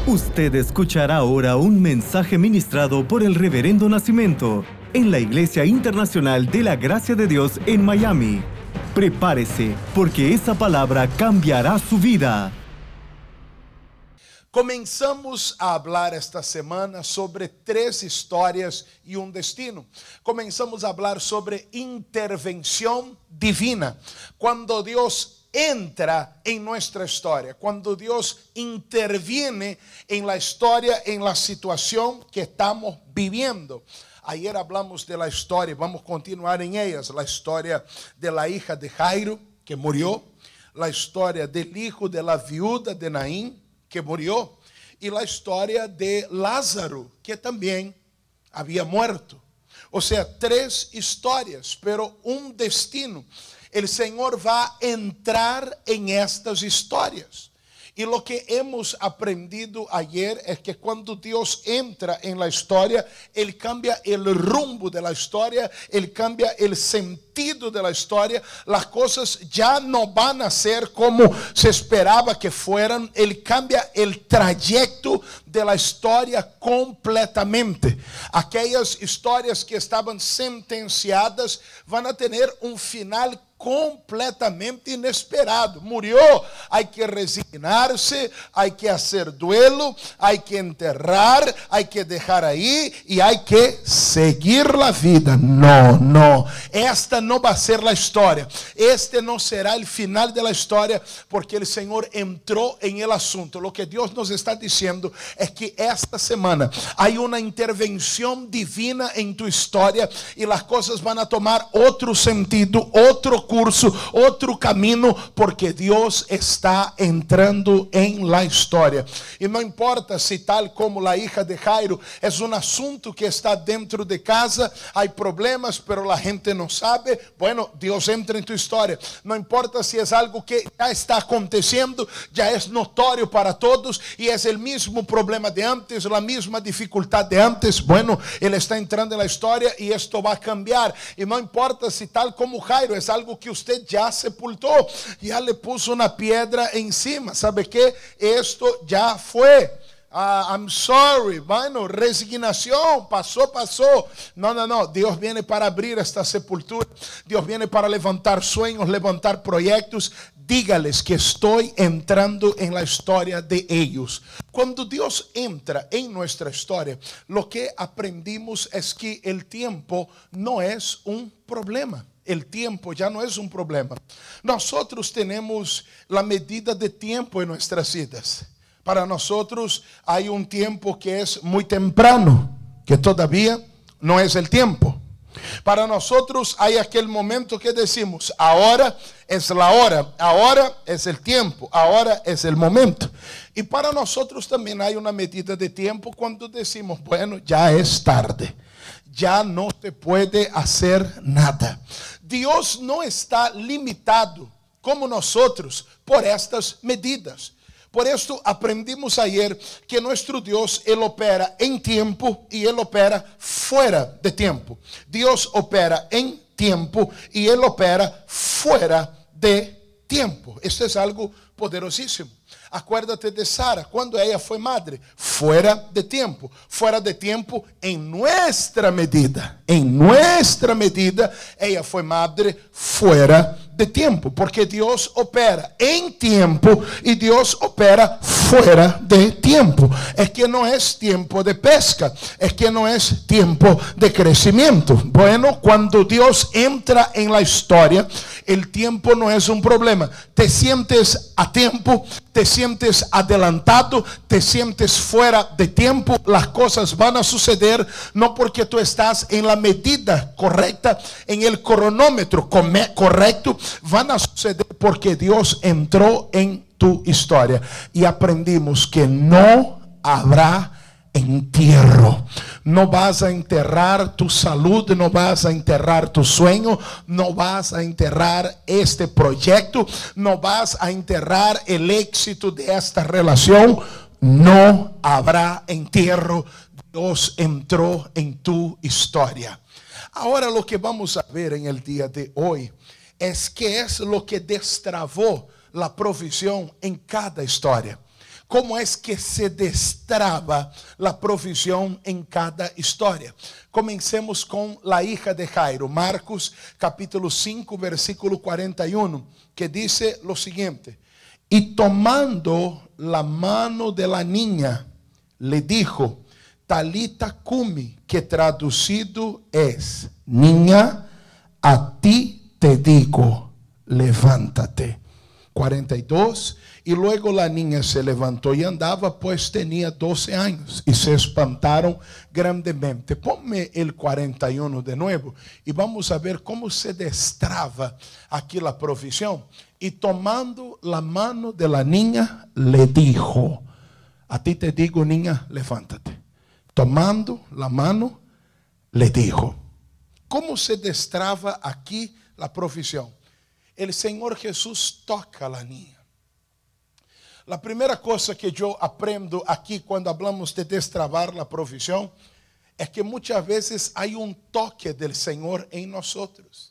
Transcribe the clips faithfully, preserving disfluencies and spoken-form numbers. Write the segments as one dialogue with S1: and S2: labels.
S1: Usted escuchará ahora un mensaje ministrado por el Reverendo Nascimento en la Iglesia Internacional de la Gracia de Dios en Miami. Prepárese, porque esa palabra cambiará su vida.
S2: Começamos a falar esta semana sobre três histórias e um destino. Começamos a falar sobre intervenção divina. Quando Deus entra em nossa história, quando Deus interviene em la história, em la situação que estamos viviendo. Ayer hablamos de la história, vamos continuar em ellas. La história de la hija de Jairo, que murió. La história del hijo de la viuda de Naín, que murió. E a história de Lázaro, que também havia muerto. Ou seja, três histórias, pero um destino. O Senhor vai entrar em estas histórias. E o que hemos aprendido ayer é que quando Deus entra em la história, Ele cambia o rumbo de la história, Ele cambia o sentido de la história. As coisas já não vão a ser como se esperava que fueran. Ele cambia o trajeto de la história completamente. Aquelas histórias que estavam sentenciadas vão a ter um final completamente inesperado. Murió, hay que resignarse, hay que hacer duelo, hay que enterrar, hay que dejar ahí y hay que seguir la vida. No, no, esta no va a ser la historia. Este no será el final de la historia, porque el Señor entró en el asunto. Lo que Dios nos está diciendo es que esta semana hay una intervención divina en tu historia y las cosas van a tomar otro sentido, otro curso, outro caminho, porque Deus está entrando em la história. E não importa se tal como a hija de Jairo é um assunto que está dentro de casa, há problemas, pero a gente não sabe. Bueno, Deus entra em tu história. Não importa se é algo que já está acontecendo, já é notório para todos e é o mesmo problema de antes, a mesma dificuldade de antes. Bueno, ele está entrando na história e isto vai cambiar. E não importa se tal como Jairo é algo que usted já sepultou, já le puso uma pedra em cima. ¿Sabe que? Esto já foi. Uh, I'm sorry, bueno, resignação, passou, passou. Não, não, não. Deus viene para abrir esta sepultura. Deus viene para levantar sueños, levantar proyectos. Dígales que estou entrando em la história de ellos. Quando Deus entra em nossa história, lo que aprendimos é que el tiempo não é um problema. El tiempo ya no es un problema. Nosotros tenemos la medida de tiempo en nuestras vidas. Para nosotros hay un tiempo que es muy temprano, que todavía no es el tiempo. Para nosotros hay aquel momento que decimos, ahora es la hora, ahora es el tiempo, ahora es el momento. Y para nosotros también hay una medida de tiempo cuando decimos, bueno, ya es tarde. Ya no se puede hacer nada. Dios no está limitado como nosotros por estas medidas. Por esto aprendimos ayer que nuestro Dios, Él opera en tiempo y Él opera fuera de tiempo. Dios opera en tiempo y Él opera fuera de tiempo. Esto es algo poderosísimo. Acuérdate de Sara, quando ela foi madre, fora de tempo, fora de tempo em nossa medida, em nossa medida, ela foi madre fora de tempo, porque Deus opera em tempo e Deus opera fora de tempo. É que não é tempo de pesca, é que não é tempo de crescimento. Bueno, quando Deus entra em la história, o tempo não é um problema. Te sientes a tempo, te sientes adelantado, te sientes fuera de tiempo, las cosas van a suceder no porque tú estás en la medida correcta, en el cronómetro correcto, van a suceder porque Dios entró en tu historia. Y aprendimos que no habrá entierro. No vas a enterrar tu salud, no vas a enterrar tu sueño, no vas a enterrar este proyecto, no vas a enterrar el éxito de esta relación. No habrá entierro. Dios entró en tu historia. Ahora lo que vamos a ver en el día de hoy es qué es lo que destravó la provisión en cada historia. ¿Cómo es que se destraba la provisión en cada historia? Comencemos con la hija de Jairo, Marcos capítulo cinco, versículo cuarenta y uno, que dice lo siguiente: y tomando la mano de la niña, le dijo, Talita cumi, que traducido es, niña, a ti te digo, levántate. cuarenta y dos, y luego la niña se levantó y andaba, pues tenía doce años, y se espantaron grandemente. Ponme el cuarenta y uno de nuevo, y vamos a ver cómo se destraba aquí la provisión. Y tomando la mano de la niña, le dijo, a ti te digo, niña, levántate. Tomando la mano, le dijo. ¿Cómo se destraba aquí la provisión? El Señor Jesús toca a la niña. La primera cosa que yo aprendo aquí cuando hablamos de destrabar la provisión es que muchas veces hay un toque del Señor en nosotros.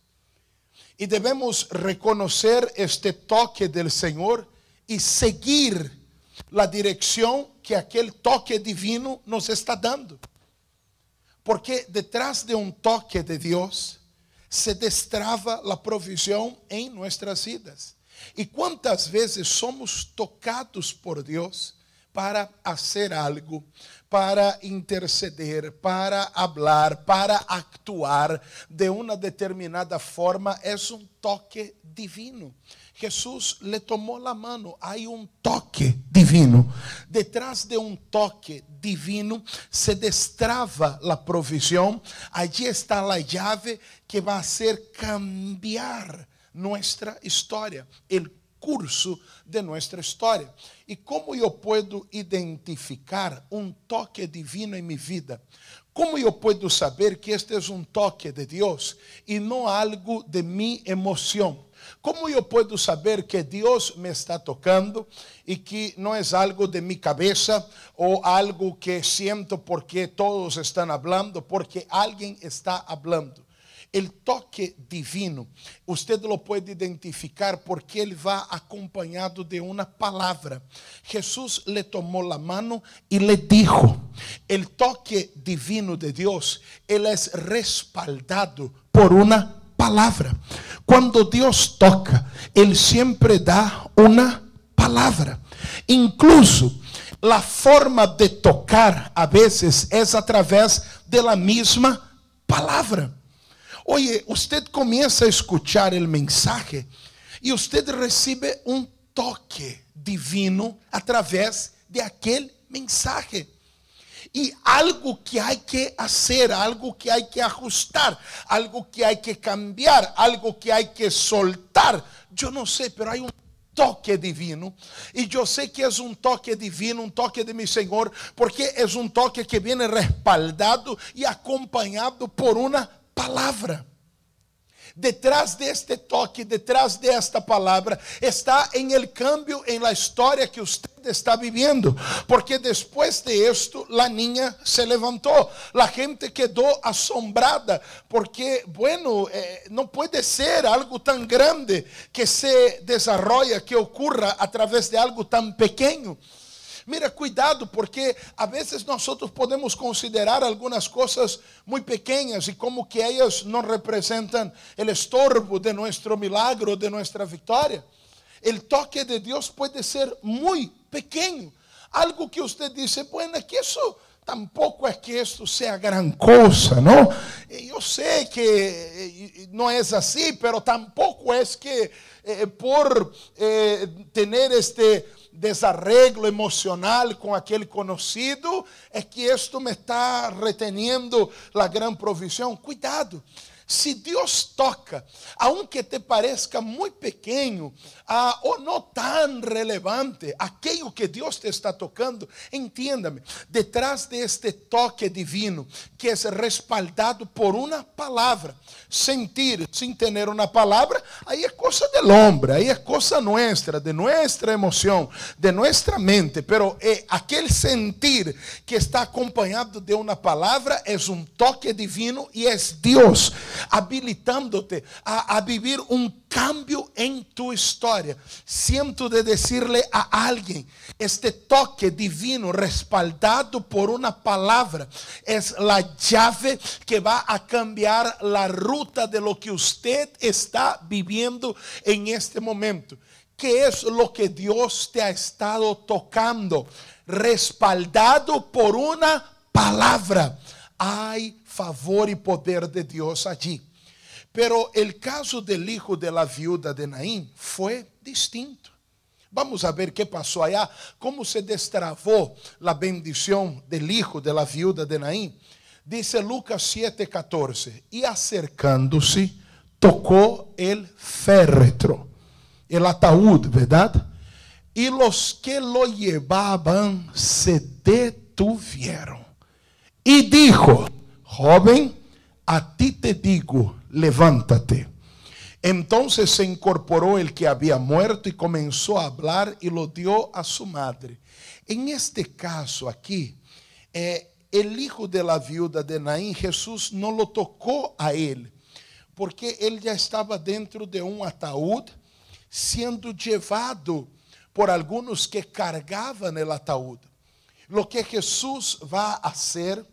S2: Y debemos reconocer este toque del Señor y seguir la dirección que aquel toque divino nos está dando. Porque detrás de un toque de Dios se destraba la provisión en nuestras vidas. ¿Y cuántas veces somos tocados por Dios para hacer algo, para interceder, para hablar, para actuar de una determinada forma? Es un toque divino. Jesús le tomó la mano. Hay un toque divino. Detrás de un toque divino se destraba la provisión. Allí está la llave que va a hacer cambiar nuestra historia, el curso de nuestra historia. ¿Y cómo yo puedo identificar un toque divino en mi vida? ¿Cómo yo puedo saber que este es un toque de Dios y no algo de mi emoción? ¿Cómo yo puedo saber que Dios me está tocando y que no es algo de mi cabeza o algo que siento porque todos están hablando, porque alguien está hablando? El toque divino, usted lo puede identificar porque él va acompañado de una palabra. Jesús le tomó la mano y le dijo. El toque divino de Dios, él es respaldado por una palabra. Cuando Dios toca, él siempre da una palabra. Incluso la forma de tocar a veces es a través de la misma palabra. Oye, usted comienza a escuchar el mensaje y usted recibe un toque divino a través de aquel mensaje. Y algo que hay que hacer, algo que hay que ajustar, algo que hay que cambiar, algo que hay que soltar. Yo no sé, pero hay un toque divino, y yo sé que es un toque divino, un toque de mi Señor, porque es un toque que viene respaldado y acompañado por una palabra. Detrás de este toque, detrás de esta palabra, está en el cambio en la historia que usted está viviendo. Porque después de esto, la niña se levantó. La gente quedó asombrada. Porque, bueno, eh, no puede ser algo tan grande que se desarrolla, que ocurra a través de algo tan pequeño. Mira, cuidado, porque a veces nosotros podemos considerar algunas cosas muy pequeñas y como que ellas no representan el estorbo de nuestro milagro, de nuestra victoria. El toque de Dios puede ser muy pequeño. Algo que usted dice, bueno, que eso tampoco es que esto sea gran cosa, ¿no? Yo sé que no es así, pero tampoco es que eh, por eh, tener este desarreglo emocional con aquel conocido es que esto me está reteniendo la gran provisión. Cuidado. Si Dios toca, aunque te parezca muy pequeño ah, o no tan relevante, aquello que Dios te está tocando, entiéndame, detrás de este toque divino que es respaldado por una palabra, sentir sin tener una palabra, ahí es cosa del hombre, ahí es cosa nuestra, de nuestra emoción, de nuestra mente, pero eh, aquel sentir que está acompañado de una palabra es un toque divino y es Dios habilitándote a, a vivir un cambio en tu historia. Siento de decirle a alguien, este toque divino respaldado por una palabra es la llave que va a cambiar la ruta de lo que usted está viviendo en este momento. ¿Qué es lo que Dios te ha estado tocando? Respaldado por una palabra. Hay favor y poder de Dios allí. Pero el caso del hijo de la viuda de Naín fue distinto. Vamos a ver qué pasó allá, cómo se destravó la bendición del hijo de la viuda de Naín. Dice Lucas siete catorce, y acercándose, tocó el féretro, el ataúd, ¿verdad? Y los que lo llevaban se detuvieron. Y dijo, joven, a ti te digo, levántate. Entonces se incorporó el que había muerto y comenzó a hablar y lo dio a su madre. En este caso aquí, eh, el hijo de la viuda de Naín, Jesús no lo tocó a él, porque él ya estaba dentro de un ataúd, siendo llevado por algunos que cargaban el ataúd. Lo que Jesús va a hacer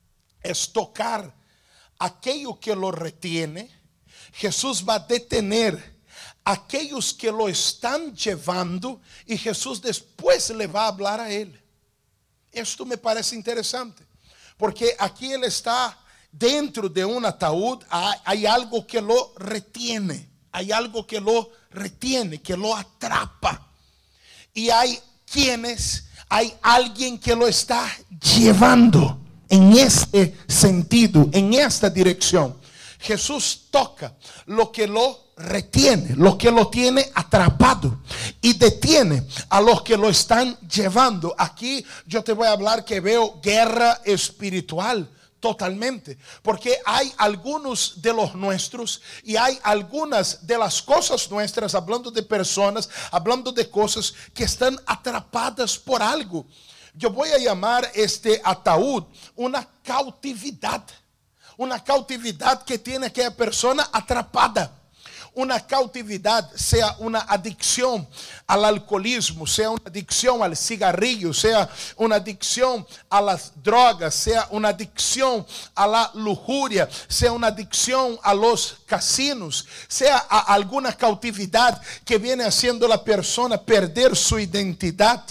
S2: es tocar aquello que lo retiene. Jesús va a detener aquellos que lo están llevando y Jesús después le va a hablar a él. Esto me parece interesante, porque aquí él está dentro de un ataúd, hay, hay algo que lo retiene, hay algo que lo retiene, que lo atrapa. Y hay quienes, hay alguien que lo está llevando en este sentido, en esta dirección. Jesús toca lo que lo retiene, lo que lo tiene atrapado y detiene a los que lo están llevando. Aquí yo te voy a hablar que veo guerra espiritual. Totalmente, porque hay algunos de los nuestros y hay algunas de las cosas nuestras, hablando de personas, hablando de cosas que están atrapadas por algo. Yo voy a llamar este ataúd una cautividad, una cautividad que tiene aquella persona atrapada. Una cautividad, sea una adicción al alcoholismo, sea una adicción al cigarrillo, sea una adicción a las drogas, sea una adicción a la lujuria, sea una adicción a los casinos, sea a alguna cautividad que viene haciendo a la persona perder su identidad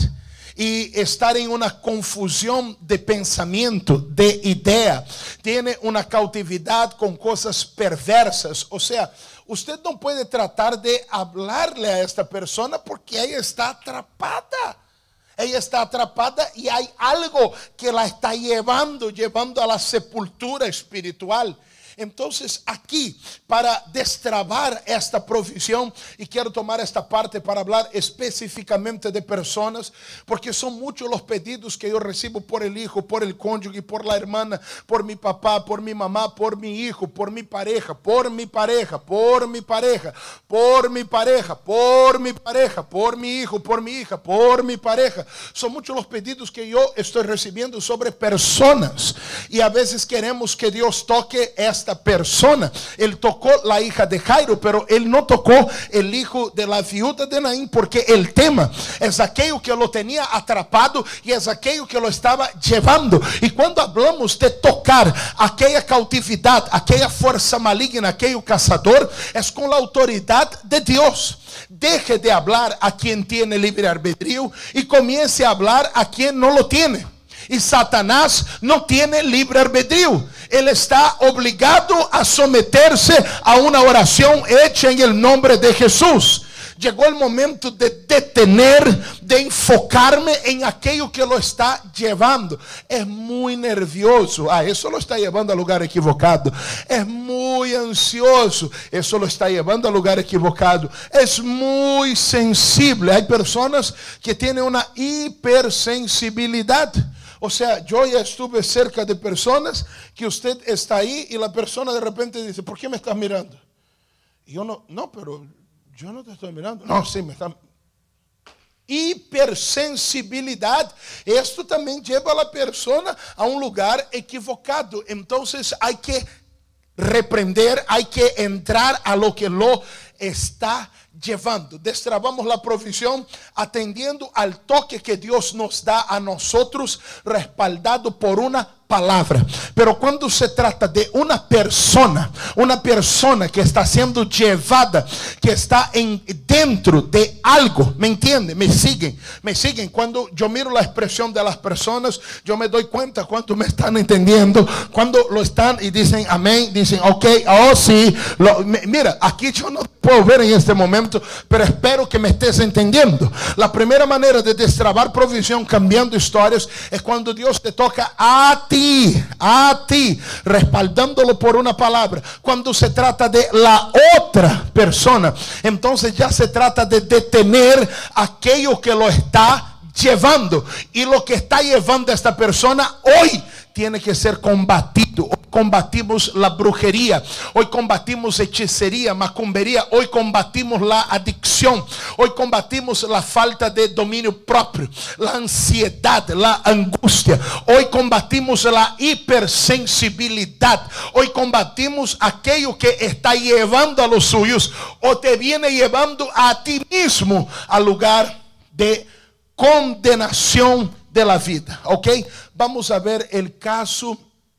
S2: y estar en una confusión de pensamiento, de idea. Tiene una cautividad con cosas perversas, o sea, usted no puede tratar de hablarle a esta persona porque ella está atrapada. Ella está atrapada y hay algo que la está llevando, llevando a la sepultura espiritual. Entonces aquí, para destrabar esta provisión, y quiero tomar esta parte para hablar específicamente de personas, porque son muchos los pedidos que yo recibo por el hijo, por el cónyuge, por la hermana, por mi papá, por mi mamá, por mi hijo, por mi pareja, por mi pareja, por mi pareja, por mi pareja, por mi pareja, por mi hijo, por mi hija, por mi pareja. Son muchos los pedidos que yo estoy recibiendo sobre personas, y a veces queremos que Dios toque esta Esta persona. Él tocó la hija de Jairo, pero él no tocó el hijo de la viuda de Naín, porque el tema es aquello que lo tenía atrapado y es aquello que lo estaba llevando. Y cuando hablamos de tocar aquella cautividad, aquella fuerza maligna, aquello cazador, es con la autoridad de Dios. Deje de hablar a quien tiene libre albedrío y comience a hablar a quien no lo tiene. Y Satanás no tiene libre albedrío. Él está obligado a someterse a una oración hecha en el nombre de Jesús. Llegó el momento de detener, de enfocarme en aquello que lo está llevando. Es muy nervioso. Ah, eso lo está llevando al lugar equivocado. Es muy ansioso. Eso lo está llevando al lugar equivocado. Es muy sensible. Hay personas que tienen una hipersensibilidad. O sea, yo ya estuve cerca de personas que usted está ahí y la persona de repente dice, ¿por qué me estás mirando? Y yo no, no, pero yo no te estoy mirando. No, sí, me están. Hipersensibilidad. Esto también lleva a la persona a un lugar equivocado. Entonces hay que reprender, hay que entrar a lo que lo está llevando. Destrabamos la provisión atendiendo al toque que Dios nos da a nosotros, respaldado por una palabra. Pero cuando se trata de una persona, una persona que está siendo llevada, que está en, dentro de algo, ¿me entienden? Me siguen, me siguen. Cuando yo miro la expresión de las personas, yo me doy cuenta cuánto me están entendiendo, cuando lo están y dicen amén, dicen ok, oh sí. Lo, me, mira, aquí yo no puedo ver en este momento, pero espero que me estés entendiendo. La primera manera de destrabar provisión cambiando historias es cuando Dios te toca a ti. A ti, respaldándolo por una palabra. Cuando se trata de la otra persona, entonces ya se trata de detener aquello que lo está llevando. Y lo que está llevando a esta persona hoy tiene que ser combatido. Hoy combatimos la brujería, hoy combatimos hechicería, macumbería, hoy combatimos la adicción, hoy combatimos la falta de dominio propio, la ansiedad, la angustia, hoy combatimos la hipersensibilidad, hoy combatimos aquello que está llevando a los suyos o te viene llevando a ti mismo al lugar de condenación de la vida. Ok, vamos a ver el caso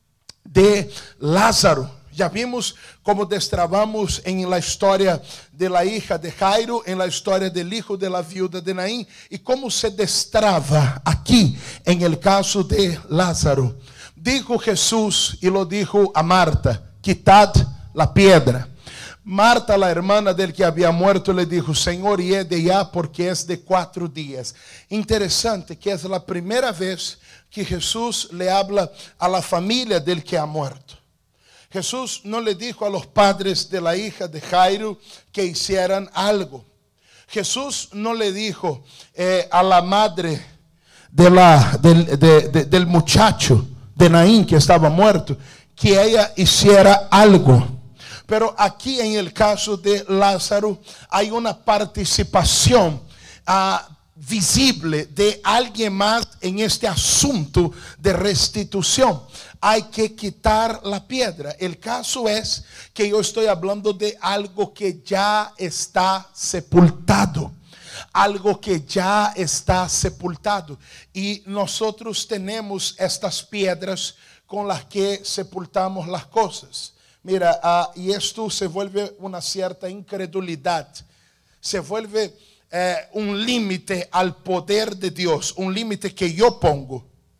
S2: de Lázaro. Ya vimos cómo destrabamos en la historia de la hija de Jairo, en la historia del hijo de la viuda de Naín, y cómo se destraba aquí en el caso de Lázaro. Dijo Jesús y lo dijo a Marta: quitad la piedra. Marta, la hermana del que había muerto, le dijo: Señor, y es de ya, porque es de cuatro días. Interesante que es la primera vez que Jesús le habla a la familia del que ha muerto. Jesús no le dijo a los padres de la hija de Jairo que hicieran algo. Jesús no le dijo eh, a la madre de la, del, de, de, del muchacho de Naín que estaba muerto que ella hiciera algo. Pero aquí en el caso de Lázaro hay una participación uh, visible de alguien más en este asunto de restitución. Hay que quitar la piedra. El caso es que yo estoy hablando de algo que ya está sepultado. Algo que ya está sepultado. Y nosotros tenemos estas piedras con las que sepultamos las cosas. Mira, uh, y esto se vuelve una cierta incredulidad, se vuelve eh, un límite al poder de Dios, un límite que yo pongo.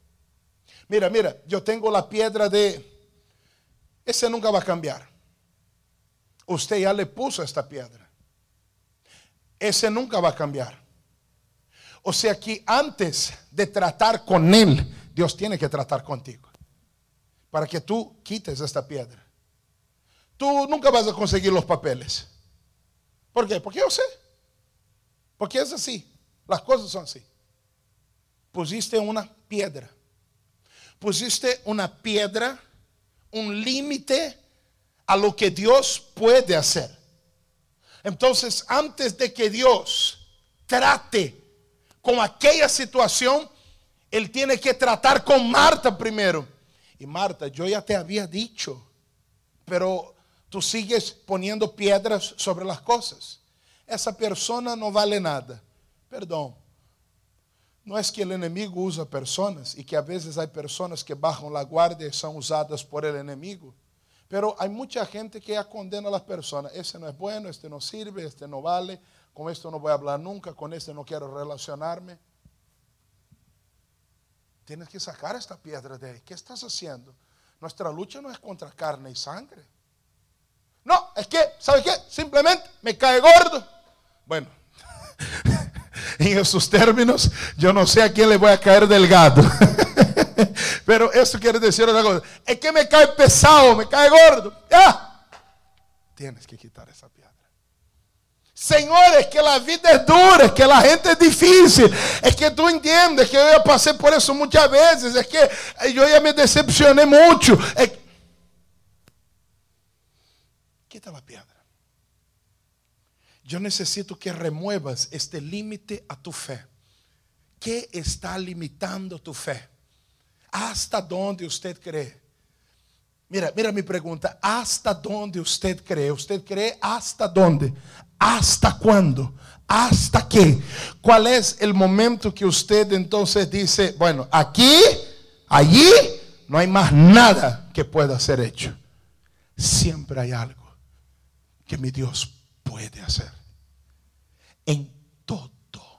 S2: Mira, mira, yo tengo la piedra de, ese nunca va a cambiar. Usted ya le puso esta piedra, ese nunca va a cambiar. O sea que antes de tratar con él, Dios tiene que tratar contigo, para que tú quites esta piedra. Tú nunca vas a conseguir los papeles. ¿Por qué? Porque yo sé. Porque es así. Las cosas son así. Pusiste una piedra. Pusiste una piedra, un límite a lo que Dios puede hacer. Entonces, antes de que Dios trate con aquella situación, Él tiene que tratar con Marta primero. Y Marta, yo ya te había dicho, pero tú sigues poniendo piedras sobre las cosas. Esa persona no vale nada. Perdón. No es que el enemigo usa personas y que a veces hay personas que bajan la guardia y son usadas por el enemigo. Pero hay mucha gente que ya condena a las personas. Ese no es bueno, este no sirve, este no vale. Con esto no voy a hablar nunca, con este no quiero relacionarme. Tienes que sacar esta piedra de ahí. ¿Qué estás haciendo? Nuestra lucha no es contra carne y sangre. No, es que, ¿sabe qué? Simplemente me cae gordo. Bueno, en esos términos, yo no sé a quién le voy a caer delgado. Pero eso quiere decir otra cosa. Es que me cae pesado, me cae gordo. ¡Ah! Tienes que quitar esa piedra. Señores, que la vida es dura, que la gente es difícil. Es que tú entiendes que yo ya pasé por eso muchas veces. Es que yo ya me decepcioné mucho. Es... Quita la piedra. Yo necesito que remuevas este límite a tu fe. ¿Qué está limitando tu fe? ¿Hasta dónde usted cree Mira, mira mi pregunta. ¿Hasta dónde usted cree? ¿Usted cree hasta dónde? ¿Hasta cuándo? ¿Hasta qué? ¿Cuál es el momento que usted entonces dice, bueno, aquí, allí, no hay más nada que pueda ser hecho? Siempre hay algo que mi Dios puede hacer. En todo,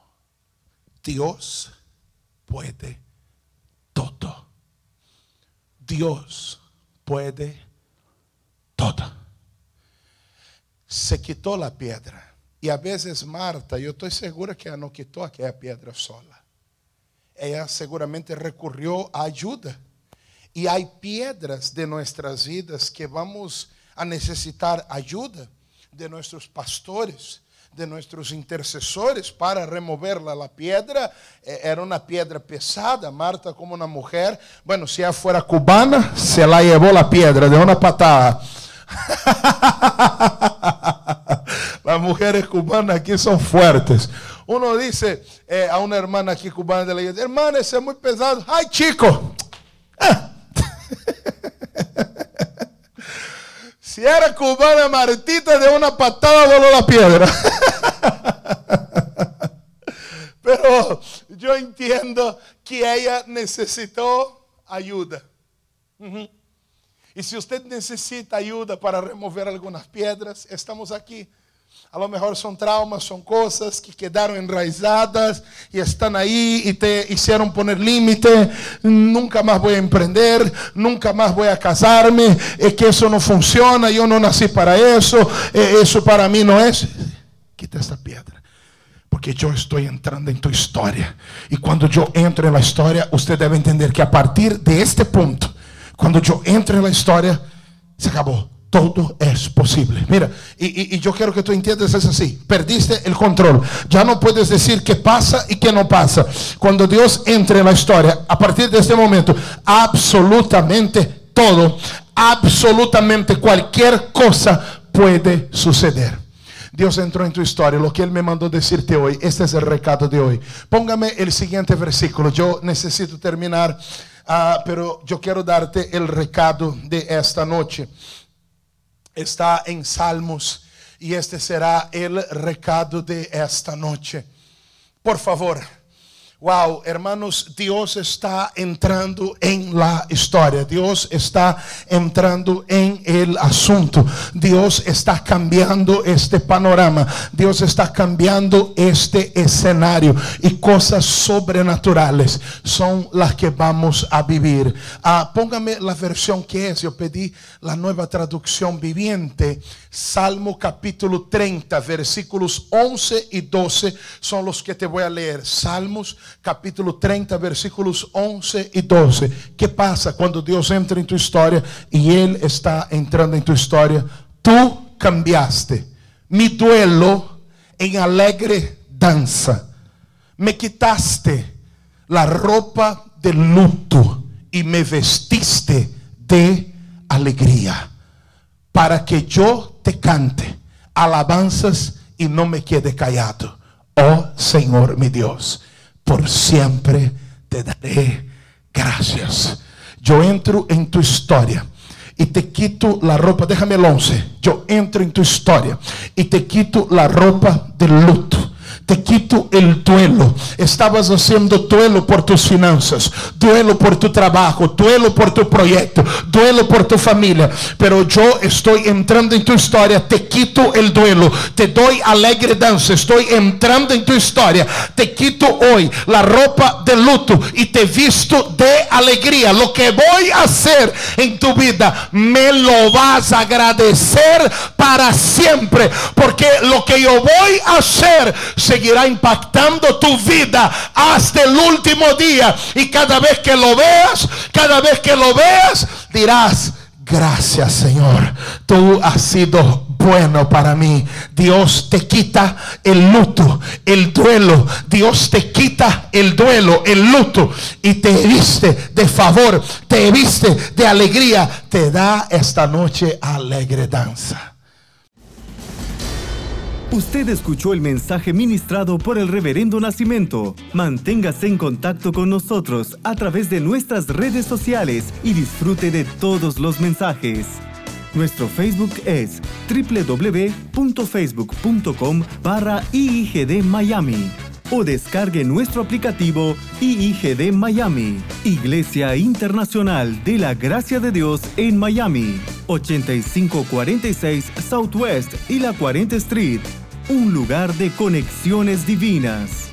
S2: Dios puede todo. Dios puede todo. Se quitó la piedra. Y a veces Marta, yo estoy segura que ella no quitó aquella piedra sola. Ella seguramente recurrió a ayuda. Y hay piedras de nuestras vidas que vamos a necesitar ayuda de nuestros pastores, de nuestros intercesores para removerla. La piedra era una piedra pesada. Marta, como una mujer, bueno, si ella fuera cubana, se la llevó la piedra de una patada. Las mujeres cubanas aquí son fuertes. Uno dice eh, a una hermana aquí cubana de la iglesia, hermana, ese es muy pesado. Ay, chico. Ah. Si era cubana, Martita de una patada voló la piedra. Pero yo entiendo que ella necesitó ayuda. Uh-huh. Y si usted necesita ayuda para remover algunas piedras, estamos aquí. A lo mejor son traumas, son cosas que quedaron enraizadas y están ahí y te hicieron poner límite. Nunca más voy a emprender, nunca más voy a casarme, es que eso no funciona, yo no nací para eso, eso para mí no es. Quita esta piedra, porque yo estoy entrando en tu historia. Y cuando yo entro en la historia, usted debe entender que a partir de este punto, cuando yo entro en la historia, se acabó. Todo es posible. Mira, y, y, y yo quiero que tú entiendas, es así. Perdiste el control. Ya no puedes decir qué pasa y qué no pasa. Cuando Dios entre en la historia, a partir de este momento, absolutamente todo, absolutamente cualquier cosa puede suceder. Dios entró en tu historia. Lo que Él me mandó decirte hoy, este es el recado de hoy. Póngame el siguiente versículo. Yo necesito terminar, uh, pero yo quiero darte el recado de esta noche. Está en Salmos y este será el recado de esta noche. Por favor. Wow, hermanos, Dios está entrando en la historia. Dios está entrando en el asunto. Dios está cambiando este panorama. Dios está cambiando este escenario. Y cosas sobrenaturales son las que vamos a vivir. Ah, póngame la versión que es. Yo pedí la nueva traducción viviente. Salmo capítulo treinta, versículos once y doce son los que te voy a leer. Salmos capítulo treinta, versículos once y doce. ¿Qué pasa cuando Dios entra en tu historia y Él está entrando en tu historia? Tú cambiaste mi duelo en alegre danza. Me quitaste la ropa de luto y me vestiste de alegría, para que yo te cante alabanzas y no me quede callado. Oh Señor mi Dios, por siempre te daré gracias. Yo entro en tu historia y te quito la ropa. Déjame el once. Yo entro en tu historia y te quito la ropa del luto. Te quito el duelo. Estabas haciendo duelo por tus finanzas, duelo por tu trabajo, duelo por tu proyecto, duelo por tu familia. Pero yo estoy entrando en tu historia. Te quito el duelo. Te doy alegre danza. Estoy entrando en tu historia. Te quito hoy la ropa de luto y te visto de alegría. Lo que voy a hacer en tu vida, me lo vas a agradecer para siempre. Porque lo que yo voy a hacer se seguirá impactando tu vida hasta el último día. Y cada vez que lo veas, cada vez que lo veas, dirás: gracias, Señor, tú has sido bueno para mí. Dios te quita el luto, el duelo. Dios te quita el duelo, el luto, y te viste de favor, te viste de alegría. Te da esta noche alegre danza.
S1: Usted escuchó el mensaje ministrado por el Reverendo Nascimento. Manténgase en contacto con nosotros a través de nuestras redes sociales y disfrute de todos los mensajes. Nuestro Facebook es doble u doble u doble u punto facebook punto com barra I I G D Miami o descargue nuestro aplicativo I I G D Miami, Iglesia Internacional de la Gracia de Dios en Miami, ochenta y cinco cuarenta y seis Southwest y la cuarenta Street, un lugar de conexiones divinas.